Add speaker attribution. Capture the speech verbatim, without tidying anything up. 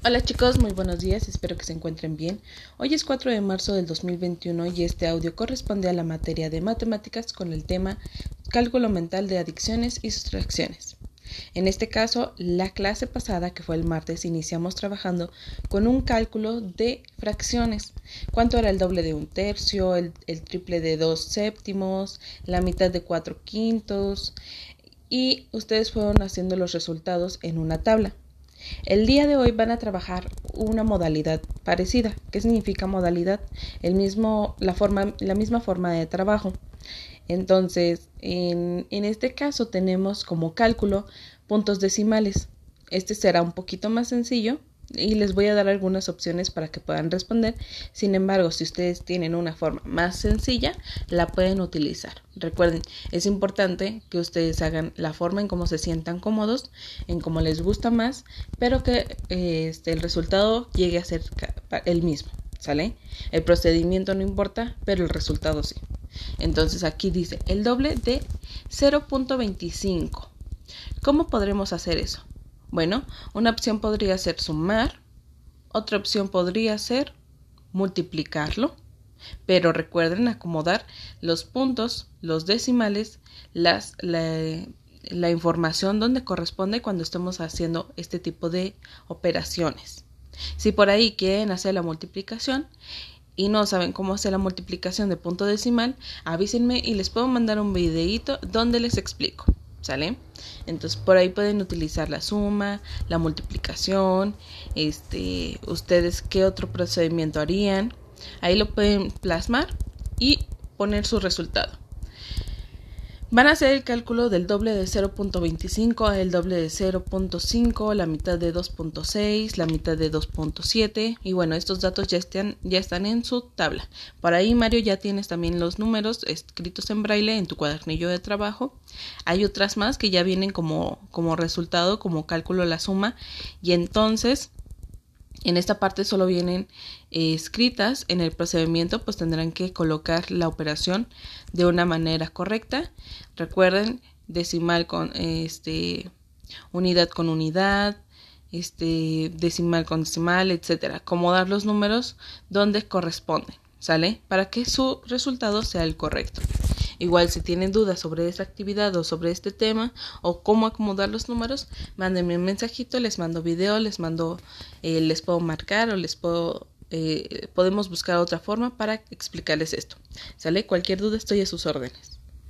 Speaker 1: Hola chicos, muy buenos días, espero que se encuentren bien. Hoy es cuatro de marzo del dos mil veintiuno y este audio corresponde a la materia de matemáticas con el tema cálculo mental de adicciones y sustracciones. En este caso, la clase pasada, que fue el martes, iniciamos trabajando con un cálculo de fracciones. ¿Cuánto era el doble de un tercio, el, el triple de dos séptimos, la mitad de cuatro quintos? Y ustedes fueron haciendo los resultados en una tabla. El día de hoy van a trabajar una modalidad parecida. ¿Qué significa modalidad? El mismo, la, forma, la misma forma de trabajo. Entonces, en, en este caso tenemos como cálculo puntos decimales. Este será un poquito más sencillo y les voy a dar algunas opciones para que puedan responder. Sin embargo, si ustedes tienen una forma más sencilla, la pueden utilizar. Recuerden, es importante que ustedes hagan la forma en cómo se sientan cómodos, en cómo les gusta más, pero que eh, este, el resultado llegue a ser el mismo, ¿sale? El procedimiento no importa, pero el resultado sí. Entonces aquí dice el doble de cero punto veinticinco. ¿Cómo podremos hacer eso? Bueno, una opción podría ser sumar, otra opción podría ser multiplicarlo, pero recuerden acomodar los puntos, los decimales, las, la, la información donde corresponde cuando estemos haciendo este tipo de operaciones. Si por ahí quieren hacer la multiplicación y no saben cómo hacer la multiplicación de punto decimal, avísenme y les puedo mandar un videíto donde les explico. ¿Sale? Entonces por ahí pueden utilizar la suma, la multiplicación, este, ustedes qué otro procedimiento harían, ahí lo pueden plasmar y poner su resultado. Van a hacer el cálculo del doble de cero punto veinticinco, el doble de cero punto cinco, la mitad de dos punto seis, la mitad de dos punto siete y bueno, estos datos ya están, ya están en su tabla. Por ahí, Mario, ya tienes también los números escritos en braille en tu cuadernillo de trabajo. Hay otras más que ya vienen como, como resultado, como cálculo la suma y entonces en esta parte solo vienen eh, escritas. En el procedimiento pues tendrán que colocar la operación de una manera correcta. Recuerden, decimal con este unidad con unidad, este decimal con decimal, etcétera. Acomodar los números donde corresponden, ¿sale? Para que su resultado sea el correcto. Igual si tienen dudas sobre esta actividad o sobre este tema o cómo acomodar los números, mándenme un mensajito, les mando video, les mando, eh, les puedo marcar o les puedo, eh, podemos buscar otra forma para explicarles esto. ¿Sale? Cualquier duda estoy a sus órdenes.